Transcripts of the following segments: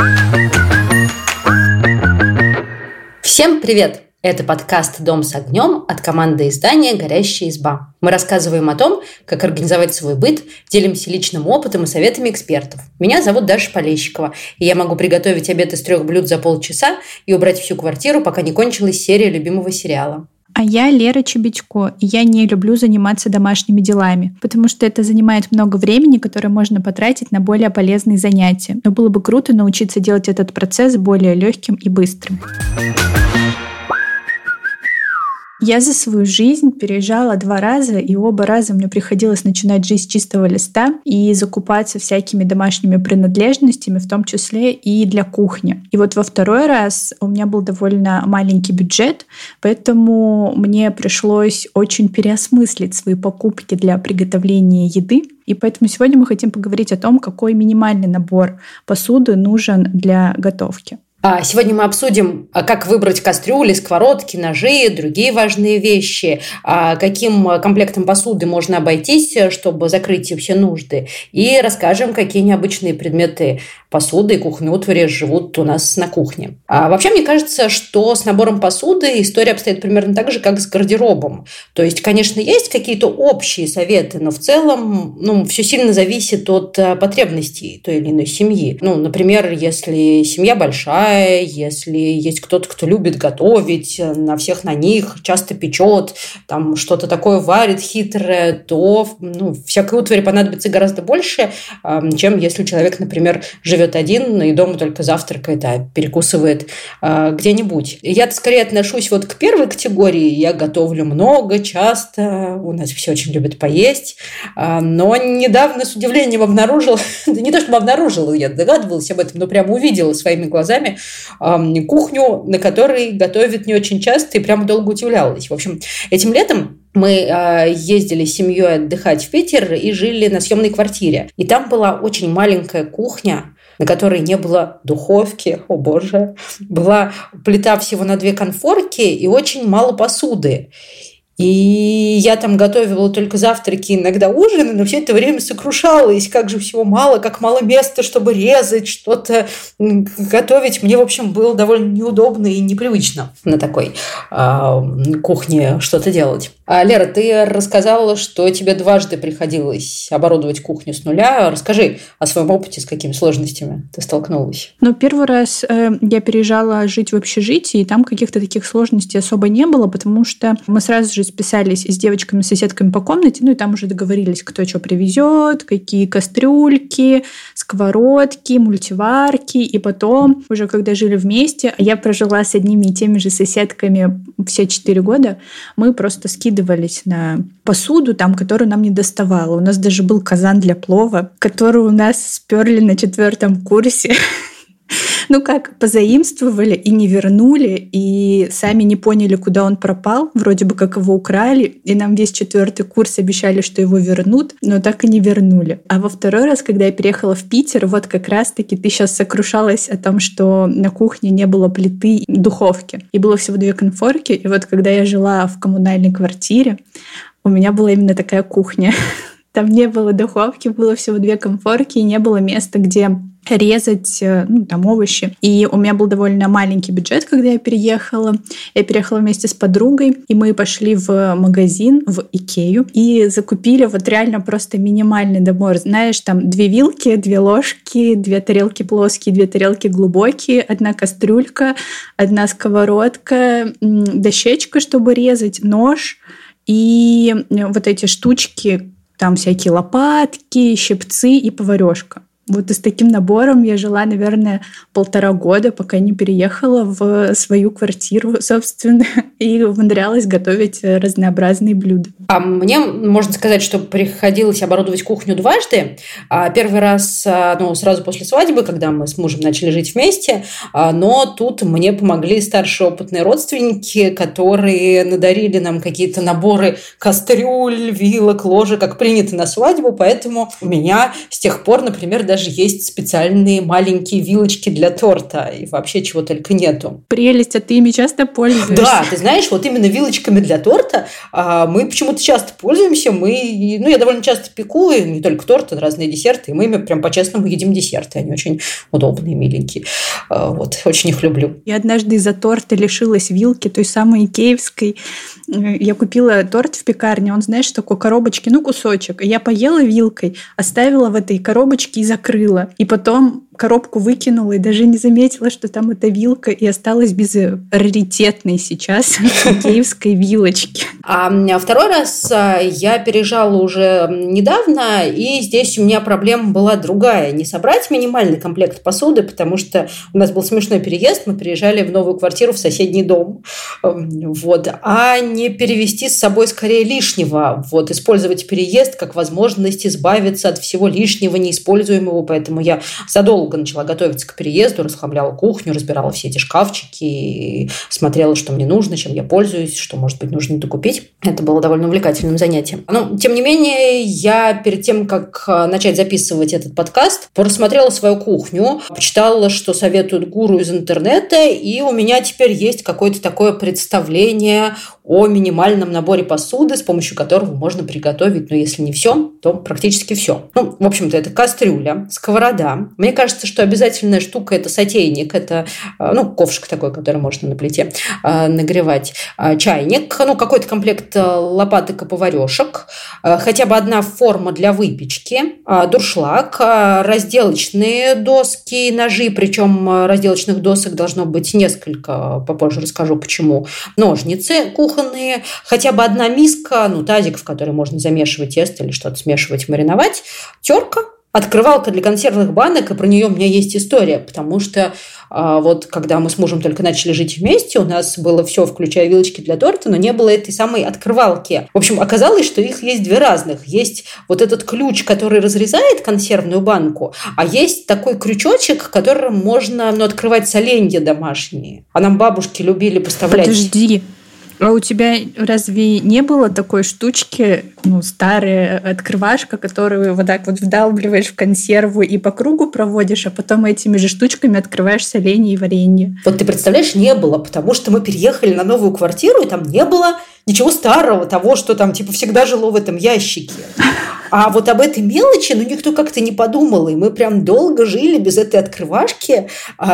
Всем привет! Это подкаст «Дом с огнем» от команды издания «Горящая изба». Мы рассказываем о том, как организовать свой быт, делимся личным опытом и советами экспертов. Меня зовут Даша Полещикова, и я могу приготовить обед из 3 блюд за полчаса и убрать всю квартиру, пока не кончилась серия любимого сериала. А я Лера Чебедько, и я не люблю заниматься домашними делами, потому что это занимает много времени, которое можно потратить на более полезные занятия. Но было бы круто научиться делать этот процесс более легким и быстрым. Я за свою жизнь переезжала 2 раза, и оба раза мне приходилось начинать жизнь с чистого листа и закупаться всякими домашними принадлежностями, в том числе и для кухни. И вот во 2-й раз у меня был довольно маленький бюджет, поэтому мне пришлось очень переосмыслить свои покупки для приготовления еды. И поэтому сегодня мы хотим поговорить о том, какой минимальный набор посуды нужен для готовки. Сегодня мы обсудим, как выбрать кастрюли, сковородки, ножи, другие важные вещи, каким комплектом посуды можно обойтись, чтобы закрыть все нужды, и расскажем, какие необычные предметы посуды и кухонной утвари живут у нас на кухне. Вообще, мне кажется, что с набором посуды история обстоит примерно так же, как с гардеробом. То есть, конечно, есть какие-то общие советы, но в целом все сильно зависит от потребностей той или иной семьи. Например, если семья большая, если есть кто-то, кто любит готовить, на всех на них, часто печет, там что-то такое варит хитрое, то всякой утвари понадобится гораздо больше, чем если человек, например, живет один и дома только завтракает, а перекусывает где-нибудь. Я-то скорее отношусь к первой категории. Я готовлю много, часто, у нас все очень любят поесть, но недавно с удивлением обнаружила, не то чтобы обнаружила, я догадывалась об этом, но прямо увидела своими глазами кухню, на которой готовят не очень часто, и прямо долго удивлялась. В общем, этим летом мы ездили с семьей отдыхать в Питер и жили на съемной квартире. И там была очень маленькая кухня, на которой не было духовки, о боже, была плита всего на 2 конфорки и очень мало посуды. И я там готовила только завтраки, иногда ужины, но все это время сокрушалась, как же всего мало, как мало места, чтобы резать, что-то готовить. Мне, в общем, было довольно неудобно и непривычно на такой кухне что-то делать. Лера, ты рассказала, что тебе 2 приходилось оборудовать кухню с нуля. Расскажи о своем опыте, с какими сложностями ты столкнулась. 1 раз я переезжала жить в общежитие, и там каких-то таких сложностей особо не было, потому что мы сразу же списались с девочками-соседками по комнате, и там уже договорились, кто что привезет, какие кастрюльки, сковородки, мультиварки, и потом, уже когда жили вместе, я прожила с одними и теми же соседками все 4 года, мы просто скидывались на посуду, которую нам не доставало. У нас даже был казан для плова, который у нас сперли на 4 курсе. Позаимствовали и не вернули, и сами не поняли, куда он пропал. Вроде бы как его украли, и нам весь 4 курс обещали, что его вернут, но так и не вернули. А во 2-й раз, когда я переехала в Питер, как раз-таки ты сейчас сокрушалась о том, что на кухне не было плиты и духовки. И было всего 2 конфорки, и когда я жила в коммунальной квартире, у меня была именно такая кухня. Там не было духовки, было всего 2 конфорки, и не было места, где резать овощи. И у меня был довольно маленький бюджет, когда я переехала. Я переехала вместе с подругой, и мы пошли в магазин, в Икею, и закупили реально просто минимальный набор. Знаешь, там 2 вилки, 2 ложки, 2 тарелки плоские, 2 тарелки глубокие, 1 кастрюлька, 1 сковородка, дощечка, чтобы резать, нож и эти штучки, там всякие лопатки, щипцы и поварёшка. И с таким набором я жила, наверное, 1,5 года, пока не переехала в свою квартиру, собственно, и умудрялась готовить разнообразные блюда. Мне можно сказать, что приходилось оборудовать кухню 2. 1 раз сразу после свадьбы, когда мы с мужем начали жить вместе, но тут мне помогли старшие опытные родственники, которые надарили нам какие-то наборы кастрюль, вилок, ложек, как принято на свадьбу, поэтому у меня с тех пор, например, даже есть специальные маленькие вилочки для торта, и вообще чего только нету. Прелесть, а ты ими часто пользуешься? Да, ты знаешь, вот именно вилочками для торта мы почему-то часто пользуемся. Я довольно часто пеку, и не только торт, а разные десерты, и мы ими прям по-честному едим десерты. Они очень удобные, миленькие. Вот, очень их люблю. Я однажды из-за торта лишилась вилки, той самой икеевской. Я купила торт в пекарне, он, знаешь, такой коробочки, кусочек. Я поела вилкой, оставила в этой коробочке и закрыла. И потом коробку выкинула и даже не заметила, что там эта вилка, и осталась без раритетной сейчас икеевской вилочки. А второй раз я переезжала уже недавно, и здесь у меня проблема была другая. Не собрать минимальный комплект посуды, потому что у нас был смешной переезд, мы переезжали в новую квартиру в соседний дом, а не перевезти с собой скорее лишнего, использовать переезд как возможность избавиться от всего лишнего, неиспользуемого, поэтому я задолго начала готовиться к переезду, расхламляла кухню, разбирала все эти шкафчики, смотрела, что мне нужно, чем я пользуюсь, что, может быть, нужно докупить. Это было довольно увлекательным занятием. Но, тем не менее, я перед тем, как начать записывать этот подкаст, просмотрела свою кухню, почитала, что советуют гуру из интернета, и у меня теперь есть какое-то такое представление о минимальном наборе посуды, с помощью которого можно приготовить, если не все, то практически все. В общем-то, это кастрюля, сковорода. Мне кажется, что обязательная штука – это сотейник, это ковшик такой, который можно на плите нагревать, чайник, какой-то комплект лопаток и поварешек, хотя бы одна форма для выпечки, дуршлаг, разделочные доски, ножи, причем разделочных досок должно быть несколько, попозже расскажу почему, ножницы кухонные, хотя бы одна миска, тазик, в который можно замешивать тесто или что-то смешивать, мариновать, терка, открывалка для консервных банок, и про нее у меня есть история, потому что когда мы с мужем только начали жить вместе, у нас было все, включая вилочки для торта, но не было этой самой открывалки. В общем, оказалось, что их есть две разных. Есть этот ключ, который разрезает консервную банку, а есть такой крючочек, которым можно открывать соленья домашние. А нам бабушки любили поставлять. Подожди. А у тебя разве не было такой штучки, старая открывашка, которую вот так вдалбливаешь в консерву и по кругу проводишь, а потом этими же штучками открываешь соленья и варенье? Вот ты представляешь, не было, потому что мы переехали на новую квартиру, и там не было ничего старого, того, что там всегда жило в этом ящике. А об этой мелочи, никто как-то не подумал, и мы прям долго жили без этой открывашки,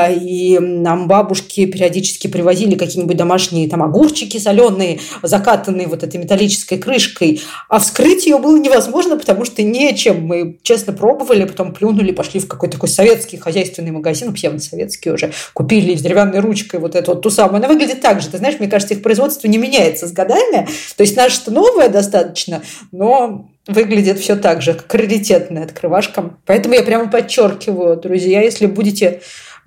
и нам бабушки периодически привозили какие-нибудь домашние огурчики соленые, закатанные этой металлической крышкой, а вскрыть ее было невозможно, потому что нечем. Мы честно пробовали, потом плюнули, пошли в какой-то такой советский хозяйственный магазин, псевдосоветский уже, купили с деревянной ручкой эту ту самую. Она выглядит так же. Ты знаешь, мне кажется, их производство не меняется с годами. То есть наша-то новая достаточно, но выглядит все так же, как раритетная открывашка. Поэтому я прямо подчеркиваю, друзья, если будете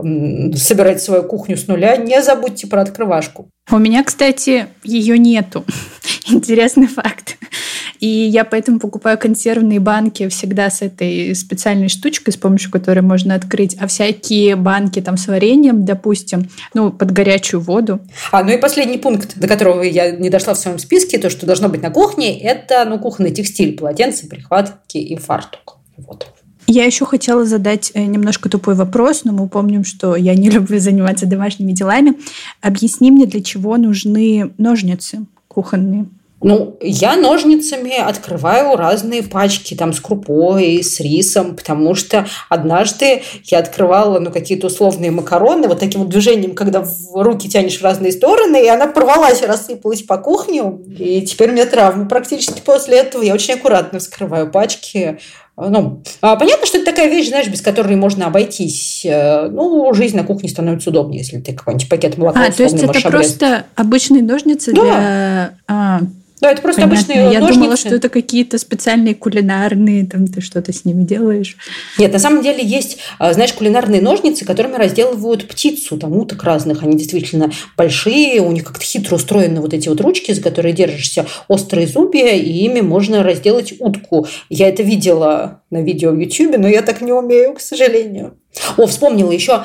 собирать свою кухню с нуля, не забудьте про открывашку. У меня, кстати, ее нету. Интересный факт. И я поэтому покупаю консервные банки всегда с этой специальной штучкой, с помощью которой можно открыть. А всякие банки с вареньем, допустим, под горячую воду. И последний пункт, до которого я не дошла в своем списке, то, что должно быть на кухне, это кухонный текстиль, полотенце, прихватки и фартук. Я еще хотела задать немножко тупой вопрос, но мы помним, что я не люблю заниматься домашними делами. Объясни мне, для чего нужны ножницы кухонные? Я ножницами открываю разные пачки с крупой, с рисом, потому что однажды я открывала какие-то условные макароны таким движением, когда в руки тянешь в разные стороны, и она порвалась и рассыпалась по кухне, и теперь у меня травма практически после этого. Я очень аккуратно вскрываю пачки. Понятно, что это такая вещь, без которой можно обойтись. Жизнь на кухне становится удобнее, если ты какой-нибудь пакет молока то есть это просто обычные ножницы для... Да, это просто обычные ножницы. Я думала, что это какие-то специальные кулинарные, ты что-то с ними делаешь. Нет, на самом деле есть, кулинарные ножницы, которыми разделывают птицу, уток разных. Они действительно большие, у них как-то хитро устроены эти ручки, за которые держишься, острые зубья, и ими можно разделать утку. Я это видела на видео в YouTube, но я так не умею, к сожалению. Вспомнила еще,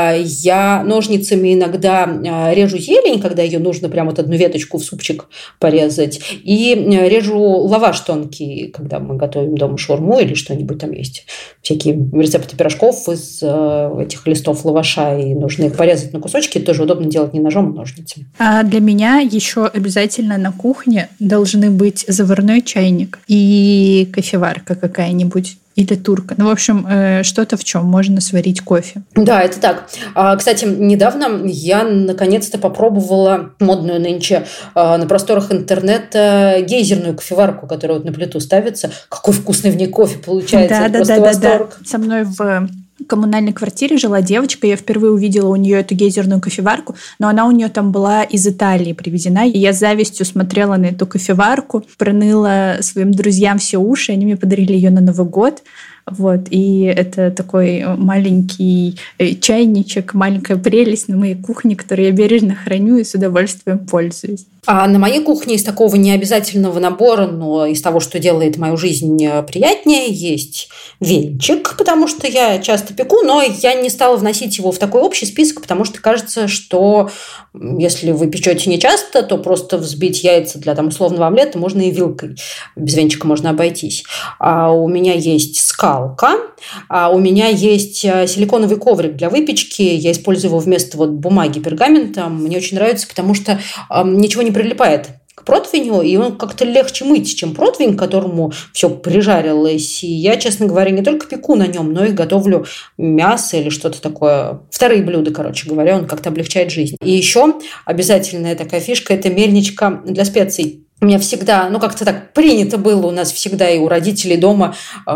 я ножницами иногда режу зелень, когда ее нужно прям вот одну веточку в супчик порезать, и режу лаваш тонкий, когда мы готовим дома шаурму или что-нибудь там есть. Всякие рецепты пирожков из этих листов лаваша, и нужно их порезать на кусочки. Это тоже удобно делать не ножом, а ножницами. А для меня еще обязательно на кухне должны быть заварной чайник и кофеварка какая-нибудь. Или турка. В общем, что-то, в чем можно сварить кофе. Да, это так. Кстати, недавно я наконец-то попробовала модную нынче на просторах интернета гейзерную кофеварку, которая вот на плиту ставится. Какой вкусный в ней кофе получается. Да. Восторг. Со мной в коммунальной квартире жила девочка, я впервые увидела у нее эту гейзерную кофеварку, но она у нее там была из Италии привезена, и я с завистью смотрела на эту кофеварку, проныла своим друзьям все уши, они мне подарили ее на Новый год. Вот, и это такой маленький чайничек, маленькая прелесть на моей кухне, которую я бережно храню и с удовольствием пользуюсь. А на моей кухне из такого необязательного набора, но из того, что делает мою жизнь приятнее, есть венчик, потому что я часто пеку, но я не стала вносить его в такой общий список, потому что кажется, что если вы печете не часто, то просто взбить яйца для там, условного омлета можно и вилкой. Без венчика можно обойтись. А у меня есть скалка, а у меня есть силиконовый коврик для выпечки. Я использую его вместо вот бумаги, пергамента. Мне очень нравится, потому что ничего не прилипает к противню, и он как-то легче мыть, чем противень, к которому все прижарилось. И я, честно говоря, не только пеку на нем, но и готовлю мясо или что-то такое. Вторые блюда, короче говоря, он как-то облегчает жизнь. И еще обязательная такая фишка – это мельничка для специй. У меня всегда, как-то так принято было у нас всегда и у родителей дома,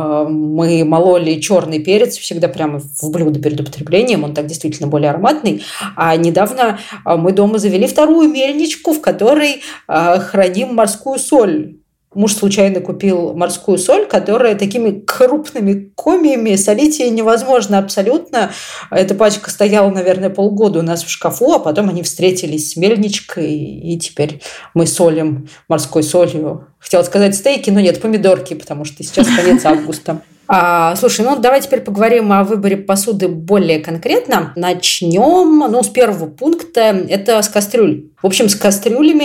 мы мололи черный перец всегда прямо в блюдо перед употреблением, он так действительно более ароматный. А недавно мы дома завели вторую мельничку, в которой храним морскую соль. Муж случайно купил морскую соль, которая такими крупными комьями, солить ее невозможно абсолютно. Эта пачка стояла, наверное, полгода у нас в шкафу, а потом они встретились с мельничкой, и теперь мы солим морской солью. Хотела сказать стейки, но нет, помидорки, потому что сейчас конец августа. Слушай, давай теперь поговорим о выборе посуды более конкретно. Начнем, с первого пункта, это с кастрюль. В общем, с кастрюлями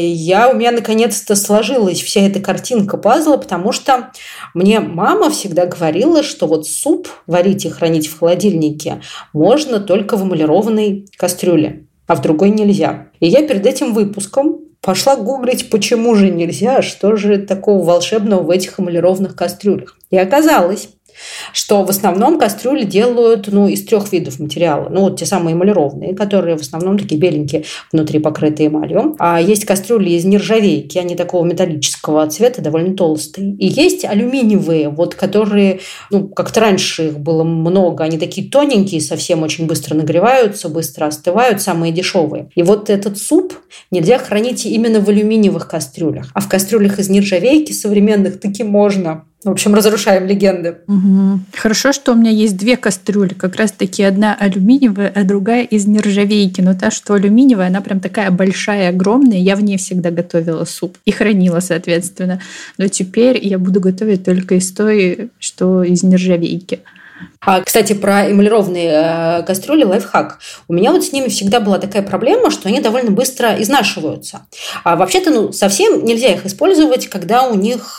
у меня наконец-то сложилась вся эта картинка пазла, потому что мне мама всегда говорила, что вот суп варить и хранить в холодильнике можно только в эмалированной кастрюле, а в другой нельзя. И я перед этим выпуском пошла гуглить, почему же нельзя, что же такого волшебного в этих эмалированных кастрюлях. И оказалось, что в основном кастрюли делают из 3 видов материала. Те самые эмалированные, которые в основном такие беленькие, внутри покрытые эмалью. А есть кастрюли из нержавейки, они такого металлического цвета, довольно толстые. И есть алюминиевые, которые, как-то раньше их было много, они такие тоненькие, совсем очень быстро нагреваются, быстро остывают, самые дешевые. И вот этот суп нельзя хранить именно в алюминиевых кастрюлях. А в кастрюлях из нержавейки современных таки можно. В общем, разрушаем легенды. Угу. Хорошо, что у меня есть 2 кастрюли. Как раз-таки одна алюминиевая, а другая из нержавейки. Но та, что алюминиевая, она прям такая большая, огромная. Я в ней всегда готовила суп. И хранила, соответственно. Но теперь я буду готовить только из той, что из нержавейки. Кстати, про эмалированные кастрюли лайфхак. У меня с ними всегда была такая проблема, что они довольно быстро изнашиваются. Вообще-то, совсем нельзя их использовать, когда у них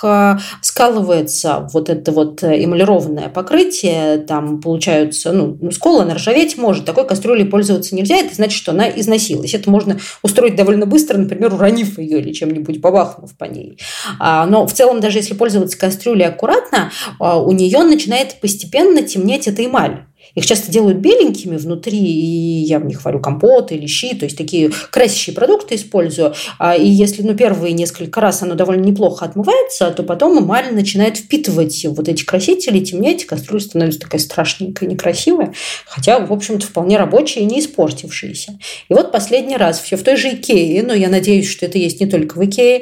скалывается вот это эмалированное покрытие, там получаются, сколы, она ржаветь может. Такой кастрюлей пользоваться нельзя, это значит, что она износилась. Это можно устроить довольно быстро, например, уронив ее или чем-нибудь бабахнув по ней. Но в целом, даже если пользоваться кастрюлей аккуратно, у нее начинает постепенно темнеть эта эмаль. Их часто делают беленькими внутри, и я в них варю компоты или щи, то есть такие красящие продукты использую. И если первые несколько раз оно довольно неплохо отмывается, то потом эмаль начинает впитывать эти красители, темнеть, кастрюля становится такая страшненькая, некрасивая, хотя, в общем-то, вполне рабочая и не испортившаяся. И последний раз, все в той же Икее, но я надеюсь, что это есть не только в Икее,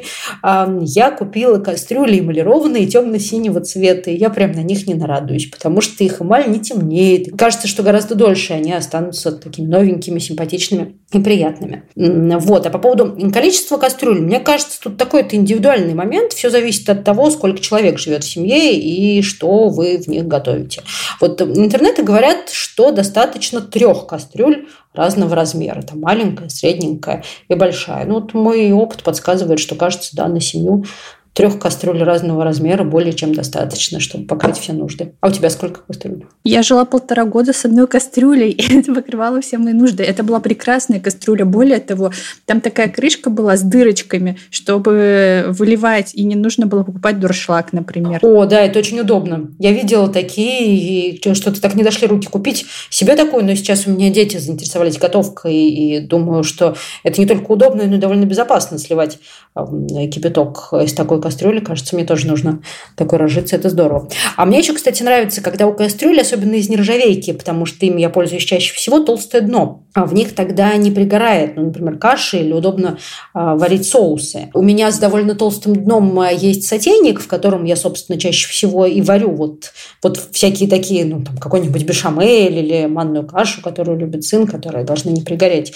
я купила кастрюли эмалированные темно-синего цвета, и я прям на них не нарадуюсь, потому что их эмаль не темнеет. кажется, что гораздо дольше они останутся такими новенькими, симпатичными и приятными. Вот. А по поводу количества кастрюль, мне кажется, тут такой-то индивидуальный момент. Все зависит от того, сколько человек живет в семье и что вы в них готовите. Вот интернеты говорят, что достаточно 3 кастрюль разного размера. Там маленькая, средненькая и большая. Ну, вот мой опыт подсказывает, что, кажется, да, на семью 3 кастрюль разного размера более чем достаточно, чтобы покрыть все нужды. А у тебя сколько кастрюль? Я жила 1,5 года с одной кастрюлей, и это покрывало все мои нужды. Это была прекрасная кастрюля. Более того, там такая крышка была с дырочками, чтобы выливать, и не нужно было покупать дуршлаг, например. О, да, это очень удобно. Я видела такие, и что-то так не дошли руки купить себе такую, но сейчас у меня дети заинтересовались готовкой, и думаю, что это не только удобно, но и довольно безопасно сливать кипяток из такой кастрюли. Кажется, мне тоже нужно такой разжиться. Это здорово. А мне еще, кстати, нравится, когда у кастрюли, особенно из нержавейки, потому что ими я пользуюсь чаще всего, толстое дно. А в них тогда не пригорает, например, каши или удобно варить соусы. У меня с довольно толстым дном есть сотейник, в котором я, собственно, чаще всего и варю вот всякие такие, там какой-нибудь бешамель или манную кашу, которую любит сын, которые должны не пригореть.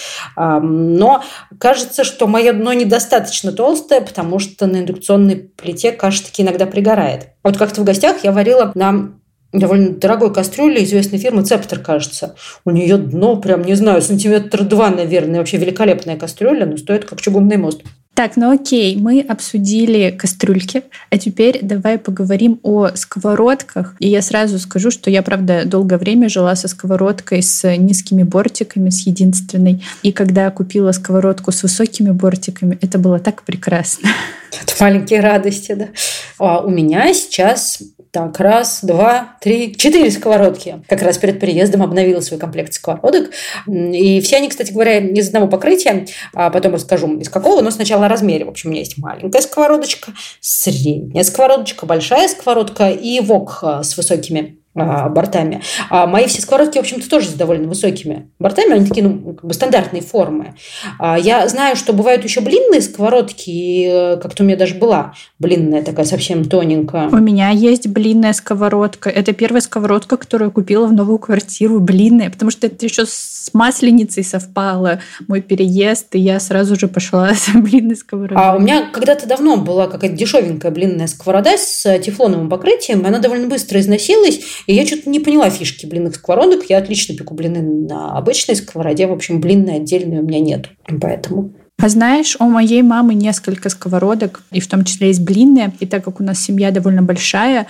Но кажется, что мое дно недостаточно толстое, потому что на индукционной плите каша таки иногда пригорает. Вот как-то в гостях я варила на довольно дорогой кастрюле известной фирмы «Цептер», кажется. У нее дно прям, не знаю, 2 сантиметра, наверное. Вообще великолепная кастрюля, но стоит как чугунный мост. Так, ну окей, мы обсудили кастрюльки, а теперь давай поговорим о сковородках. И я сразу скажу, что я, правда, долгое время жила со сковородкой с низкими бортиками, с единственной. И когда купила сковородку с высокими бортиками, это было так прекрасно. Это маленькие радости, да. А у меня сейчас... Так, 1, 2, 3, 4 сковородки. Как раз перед переездом обновила свой комплект сковородок. И все они, кстати говоря, из одного покрытия. А потом расскажу, из какого. Но сначала о размере. В общем, у меня есть маленькая сковородочка, средняя сковородочка, большая сковородка и вок с высокими бортами. А мои все сковородки, в общем-то, тоже с довольно высокими бортами. Они такие, как бы стандартной формы. Я знаю, что бывают еще блинные сковородки. И как-то у меня даже была блинная такая совсем тоненькая. У меня есть блинная сковородка. Это первая сковородка, которую я купила в новую квартиру. Блинная. Потому что это еще с Масленицей совпало. Мой переезд. И я сразу же пошла с блинной сковородкой. А у меня когда-то давно была какая-то дешевенькая блинная сковорода с тефлоновым покрытием. Она довольно быстро износилась. И я что-то не поняла фишки блинных сковородок. Я отлично пеку блины на обычной сковороде. В общем, блинной отдельной у меня нет. Поэтому... А знаешь, у моей мамы несколько сковородок, и в том числе есть блинные. И так как у нас семья довольно большая,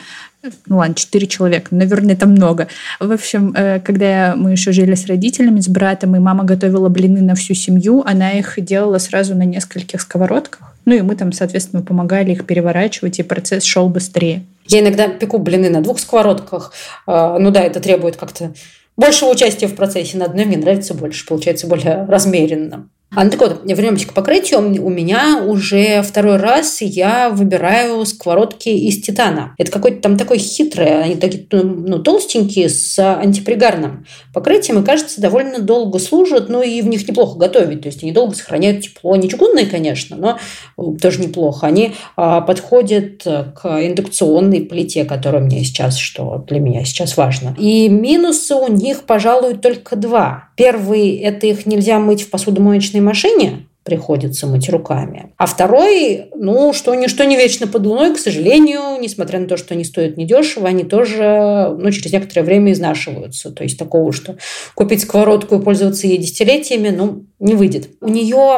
4 человека, наверное, это много. В общем, когда мы еще жили с родителями, с братом, и мама готовила блины на всю семью, она их делала сразу на нескольких сковородках. И мы там, соответственно, помогали их переворачивать, и процесс шел быстрее. Я иногда пеку блины на 2 сковородках. Это требует как-то большего участия в процессе. На одной мне нравится больше, получается более размеренно. Так вот, вернемся к покрытию. У меня уже 2 раз я выбираю сковородки из титана. Это какой-то там такой хитрый, они такие толстенькие, с антипригарным покрытием, и, кажется, довольно долго служат, и в них неплохо готовить. То есть они долго сохраняют тепло. Не чугунные, конечно, но тоже неплохо. Они подходят к индукционной плите, которая у меня сейчас, что для меня сейчас важно. И минусы у них, пожалуй, только 2. Первый – это их нельзя мыть в посудомоечной машине, приходится мыть руками. А второй, что не вечно под луной, к сожалению, несмотря на то, что они стоят недешево, они тоже через некоторое время изнашиваются. То есть такого, что купить сковородку и пользоваться ей десятилетиями, не выйдет. У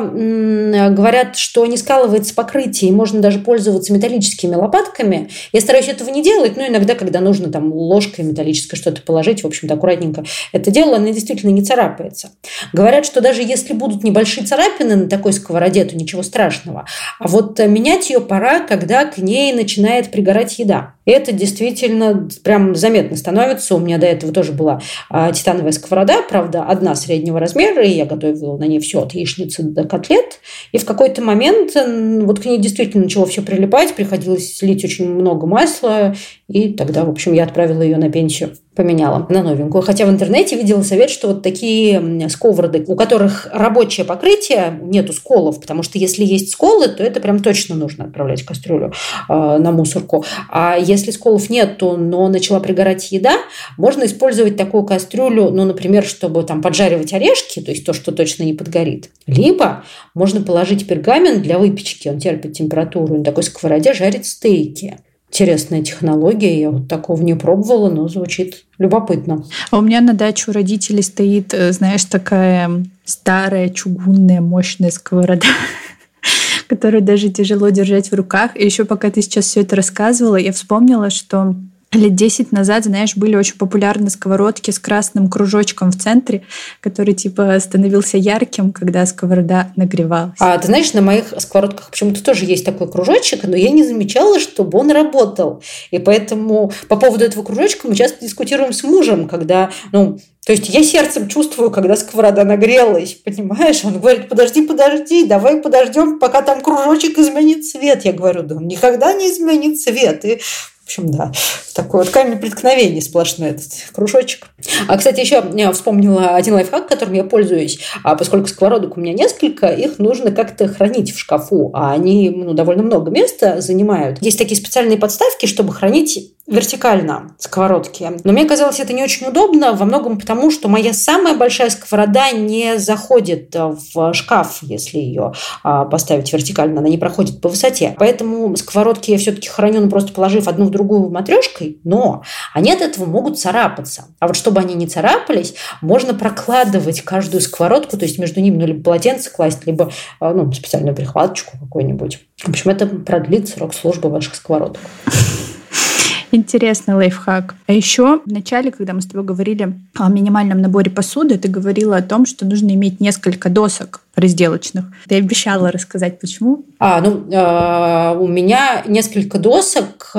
нее говорят, что не скалывается покрытие, и можно даже пользоваться металлическими лопатками. Я стараюсь этого не делать, но иногда, когда нужно ложкой металлической что-то положить, в общем-то, аккуратненько это делаю, она действительно не царапается. Говорят, что даже если будут небольшие царапины на такой сковороде, то ничего страшного. А вот менять ее пора, когда к ней начинает пригорать еда. И это действительно прям заметно становится. У меня до этого тоже была титановая сковорода, правда, одна среднего размера, и я готовила на ней все от яичницы до котлет. И в какой-то момент к ней действительно начало все прилипать, приходилось лить очень много масла, И тогда, в общем, я отправила ее на пенсию, поменяла на новенькую. Хотя в интернете видела совет, что вот такие сковороды, у которых рабочее покрытие, нету сколов, потому что если есть сколы, то это прям точно нужно отправлять в кастрюлю на мусорку. А если сколов нету, но начала пригорать еда, можно использовать такую кастрюлю, ну, например, чтобы там поджаривать орешки, то есть то, что точно не подгорит. Либо можно положить пергамент для выпечки, он терпит температуру, на такой сковороде жарить стейки. Интересная технология, я вот такого не пробовала, но звучит любопытно. А у меня на даче у родителей стоит, знаешь, такая старая, чугунная, мощная сковорода, которую даже тяжело держать в руках. И еще пока ты сейчас все это рассказывала, я вспомнила, что лет 10 назад, знаешь, были очень популярны сковородки с красным кружочком в центре, который типа становился ярким, когда сковорода нагревалась. А ты знаешь, на моих сковородках почему-то тоже есть такой кружочек, но я не замечала, чтобы он работал. И поэтому по поводу этого кружочка мы часто дискутируем с мужем, когда, то есть я сердцем чувствую, когда сковорода нагрелась, понимаешь? Он говорит, подожди, давай подождем, пока там кружочек изменит цвет. Я говорю, да он никогда не изменит цвет. И в общем, да, такой вот камень преткновения сплошной этот кружочек. А, кстати, еще я вспомнила один лайфхак, которым я пользуюсь. Поскольку сковородок у меня несколько, их нужно как-то хранить в шкафу, а они довольно много места занимают. Есть такие специальные подставки, чтобы хранить вертикально сковородки. Но мне казалось, это не очень удобно, во многом потому, что моя самая большая сковорода не заходит в шкаф, если ее поставить вертикально, она не проходит по высоте. Поэтому сковородки я все-таки храню, просто положив одну в другую матрешкой, но они от этого могут царапаться. А вот чтобы они не царапались, можно прокладывать каждую сковородку, то есть между ними либо полотенце класть, либо специальную прихваточку какую-нибудь. В общем, это продлит срок службы ваших сковородок. Интересный лайфхак. А еще в начале, когда мы с тобой говорили о минимальном наборе посуды, ты говорила о том, что нужно иметь несколько досок разделочных. Ты обещала рассказать, почему? У меня несколько досок,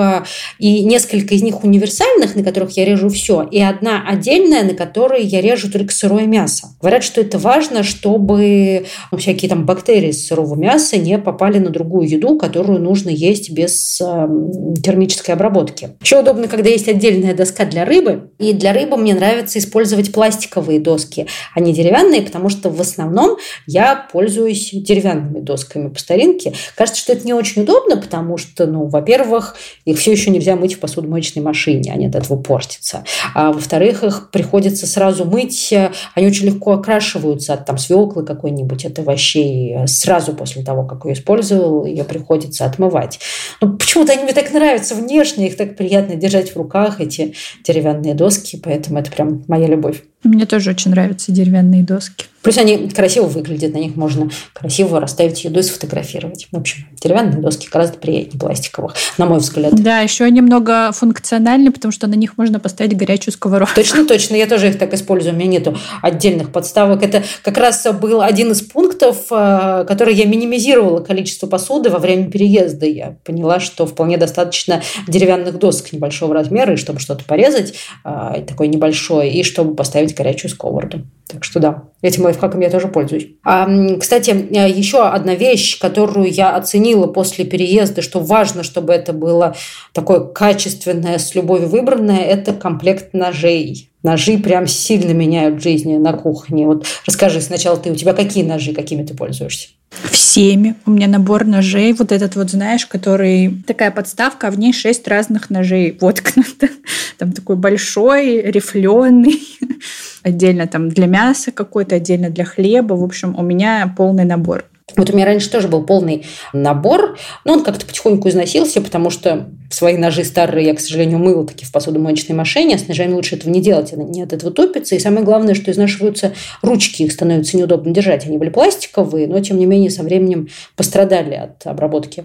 и несколько из них универсальных, на которых я режу все, и одна отдельная, на которой я режу только сырое мясо. Говорят, что это важно, чтобы всякие там бактерии с сырого мяса не попали на другую еду, которую нужно есть без термической обработки. Еще удобно, когда есть отдельная доска для рыбы. И для рыбы мне нравится использовать пластиковые доски, а не деревянные, потому что в основном я пользуюсь деревянными досками по старинке. Кажется, что это не очень удобно, потому что, во-первых, их все еще нельзя мыть в посудомоечной машине, они от этого портятся. А во-вторых, их приходится сразу мыть, они очень легко окрашиваются от свеклы какой-нибудь, от овощей. Сразу после того, как ее использовал, ее приходится отмывать. Почему-то они мне так нравятся внешне, их так приятно держать в руках, эти деревянные доски, поэтому это прям моя любовь. Мне тоже очень нравятся деревянные доски. Плюс они красиво выглядят, на них можно красиво расставить еду и сфотографировать. В общем, деревянные доски гораздо приятнее пластиковых, на мой взгляд. Да, еще они многофункциональны, потому что на них можно поставить горячую сковородку. Точно, я тоже их так использую, у меня нету отдельных подставок. Это как раз был один из пунктов, который я минимизировала количество посуды во время переезда. Я поняла, что вполне достаточно деревянных досок небольшого размера, и чтобы что-то порезать, такой небольшой, и чтобы поставить горячую сковороду. Так что да, этим лайфхаком я тоже пользуюсь. Кстати, еще одна вещь, которую я оценила после переезда, что важно, чтобы это было такое качественное, с любовью выбранное, это комплект ножей. Ножи прям сильно меняют жизнь на кухне. Вот расскажи сначала у тебя какие ножи, какими ты пользуешься? Всеми. У меня набор ножей, вот этот знаешь, который такая подставка, а в ней 6 разных ножей воткнуто. Там такой большой, рифленый, отдельно там для мяса какой-то, отдельно для хлеба. В общем, у меня полный набор. Вот у меня раньше тоже был полный набор, но он как-то потихоньку износился, потому что свои ножи старые я, к сожалению, мыла таки в посудомоечной машине, а с ножами лучше этого не делать, они от этого тупятся. И самое главное, что изнашиваются ручки, их становится неудобно держать. Они были пластиковые, но, тем не менее, со временем пострадали от обработки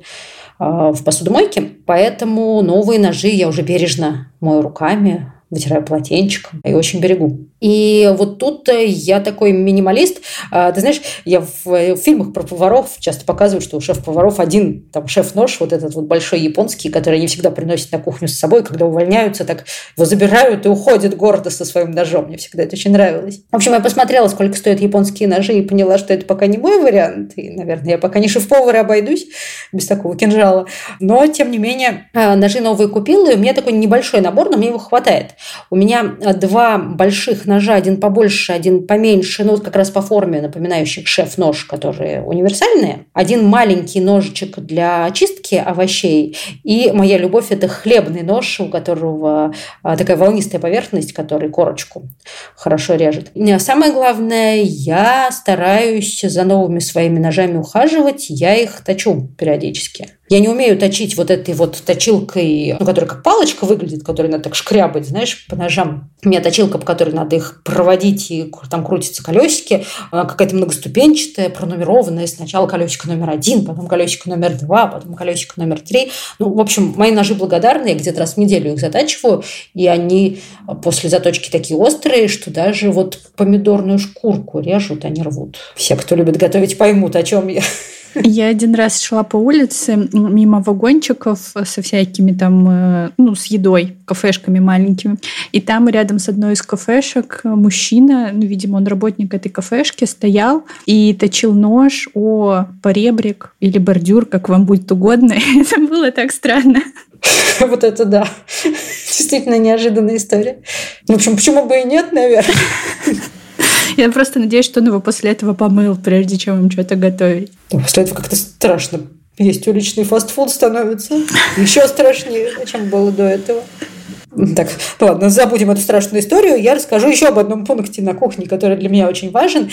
в посудомойке. Поэтому новые ножи я уже бережно мою руками, вытираю полотенчиком и очень берегу. И И вот тут я такой минималист. Ты знаешь, я в фильмах про поваров часто показывают, что у шеф-поваров один там шеф-нож, вот этот вот большой японский, который они всегда приносят на кухню с собой, когда увольняются, так его забирают и уходят гордо со своим ножом. Мне всегда это очень нравилось. В общем, я посмотрела, сколько стоят японские ножи, и поняла, что это пока не мой вариант. И, наверное, я пока не шеф-повар, обойдусь без такого кинжала. Но, тем не менее, ножи новые купила, и у меня такой небольшой набор, но мне его хватает. У меня 2 больших ножа, один побольше, один поменьше, ну вот как раз по форме напоминающих шеф-нож, которые универсальные. Один маленький ножичек для очистки овощей. И моя любовь – это хлебный нож, у которого такая волнистая поверхность, который корочку хорошо режет. Самое главное, я стараюсь за новыми своими ножами ухаживать, я их точу периодически. Я не умею точить вот этой вот точилкой, которая как палочка выглядит, которой надо так шкрябать, знаешь, по ножам. У меня точилка, по которой надо их проводить, и там крутятся колесики, какая-то многоступенчатая, пронумерованная. Сначала колесико номер 1, потом колесико номер 2, потом колесико номер 3. Ну, в общем, мои ножи благодарны, я где-то раз в неделю их затачиваю, и они после заточки такие острые, что даже вот помидорную шкурку режут, они рвут. Все, кто любит готовить, поймут, о чем я. Я один раз шла по улице мимо вагончиков со всякими там, с едой, кафешками маленькими. И там рядом с одной из кафешек мужчина, видимо, он работник этой кафешки, стоял и точил нож о поребрик или бордюр, как вам будет угодно. Это было так странно. Вот это да. Действительно неожиданная история. В общем, почему бы и нет, наверное. Я просто надеюсь, что он его после этого помыл, прежде чем им что-то готовить. После этого как-то страшно. Есть уличный фастфуд становится еще страшнее, чем было до этого. Так, ладно, забудем эту страшную историю. Я расскажу еще об одном пункте на кухне, который для меня очень важен.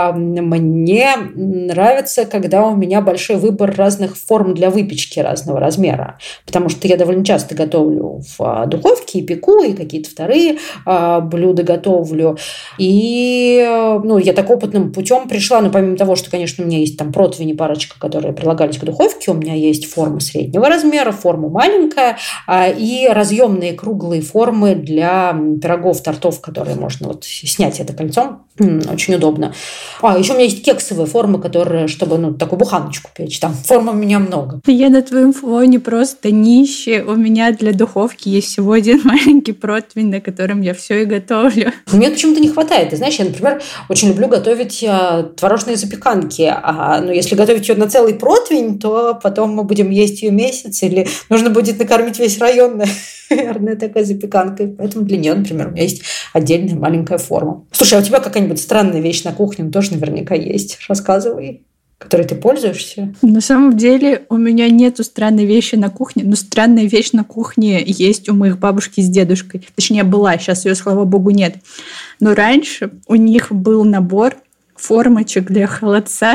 Мне нравится, когда у меня большой выбор разных форм для выпечки разного размера. Потому что я довольно часто готовлю в духовке и пеку, и какие-то вторые блюда готовлю. И я так опытным путем пришла. Но помимо того, что, конечно, у меня есть там противень и парочка, которые прилагались к духовке, у меня есть форма среднего размера, форма маленькая и разъемные круглые формы для пирогов, тортов, которые можно вот снять это кольцом. Очень удобно. Еще у меня есть кексовые формы, которые, чтобы такую буханочку печь. Там форм у меня много. Я на твоем фоне просто нищая. У меня для духовки есть всего один маленький противень, на котором я все и готовлю. Мне почему-то не хватает. Ты знаешь, я, например, очень люблю готовить творожные запеканки. Но если готовить ее на целый противень, то потом мы будем есть ее месяц, или нужно будет накормить весь район, наверное, такой запеканкой. Поэтому для нее, например, у меня есть отдельная маленькая форма. Слушай, а у тебя какая-нибудь странная вещь на кухне тоже наверняка есть? Рассказывай. Которой ты пользуешься? На самом деле у меня нету странной вещи на кухне, но странная вещь на кухне есть у моих бабушки с дедушкой. Точнее, была, сейчас ее, слава богу, нет. Но раньше у них был набор формочек для холодца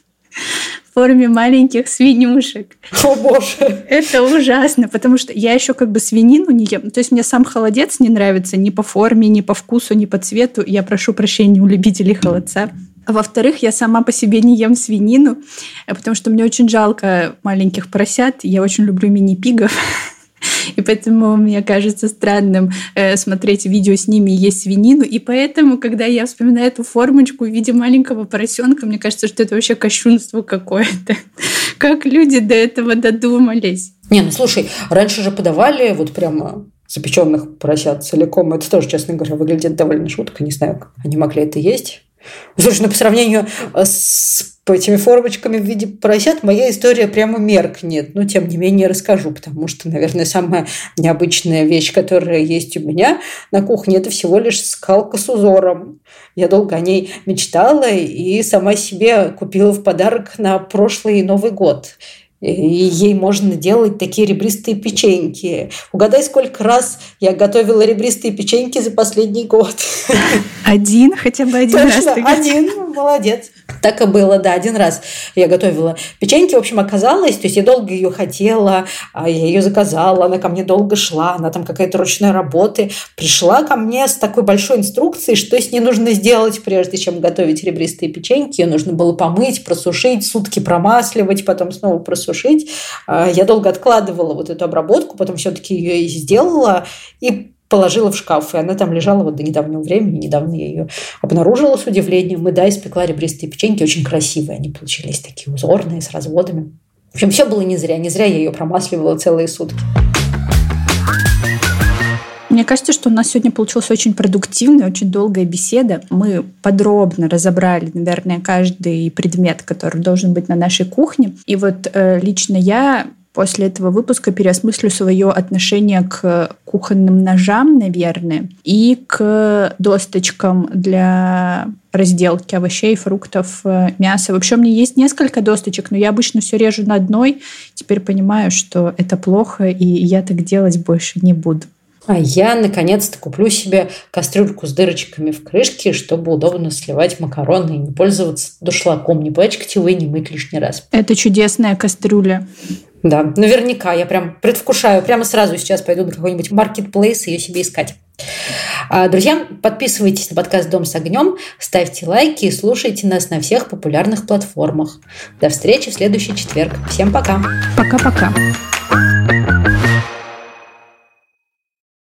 в форме маленьких свинюшек. О, боже! Это ужасно, потому что я еще свинину не ем. То есть мне сам холодец не нравится ни по форме, ни по вкусу, ни по цвету. Я прошу прощения у любителей холодца. А во-вторых, я сама по себе не ем свинину, потому что мне очень жалко маленьких поросят. Я очень люблю мини-пигов. И поэтому мне кажется странным смотреть видео с ними и есть свинину. И поэтому, когда я вспоминаю эту формочку в виде маленького поросенка, мне кажется, что это вообще кощунство какое-то. Как люди до этого додумались? Слушай, раньше же подавали вот прямо запеченных поросят целиком. Это тоже, честно говоря, выглядит довольно шутко. Не знаю, как они могли это есть. Слушай, по сравнению с этими формочками в виде поросят моя история прямо меркнет. Но, тем не менее, расскажу, потому что, наверное, самая необычная вещь, которая есть у меня на кухне, это всего лишь скалка с узором. Я долго о ней мечтала и сама себе купила в подарок на прошлый Новый год. И ей можно делать такие ребристые печеньки. Угадай, сколько раз я готовила ребристые печеньки за последний год. Один? Хотя бы один раз? Точно, один. Молодец. Так и было, да, один раз я готовила печеньки. В общем, оказалось, то есть я долго ее хотела, я ее заказала, она ко мне долго шла, она там какая-то ручная работа. Пришла ко мне с такой большой инструкцией, что с ней нужно сделать, прежде чем готовить ребристые печеньки. Ее нужно было помыть, просушить, сутки промасливать, потом снова просушить. Я долго откладывала вот эту обработку, потом все-таки ее и сделала. И положила в шкаф, и она там лежала вот до недавнего времени. Недавно я ее обнаружила с удивлением. И да, испекла ребристые печеньки, очень красивые они получились, такие узорные, с разводами. В общем, все было не зря я ее промасливала целые сутки. Мне кажется, что у нас сегодня получилась очень продуктивная, очень долгая беседа. Мы подробно разобрали, наверное, каждый предмет, который должен быть на нашей кухне. И вот лично я после этого выпуска переосмыслю свое отношение к кухонным ножам, наверное, и к досточкам для разделки овощей, фруктов, мяса. Вообще у меня есть несколько досточек, но я обычно все режу на одной. Теперь понимаю, что это плохо, и я так делать больше не буду. А я, наконец-то, куплю себе кастрюльку с дырочками в крышке, чтобы удобно сливать макароны и не пользоваться дуршлагом, не пачкать его и не мыть лишний раз. Это чудесная кастрюля. Да, наверняка. Я прям предвкушаю. Прямо сразу сейчас пойду на какой-нибудь маркетплейс и ее себе искать. Друзья, подписывайтесь на подкаст «Дом с огнем», ставьте лайки и слушайте нас на всех популярных платформах. До встречи в следующий четверг. Всем пока. Пока-пока.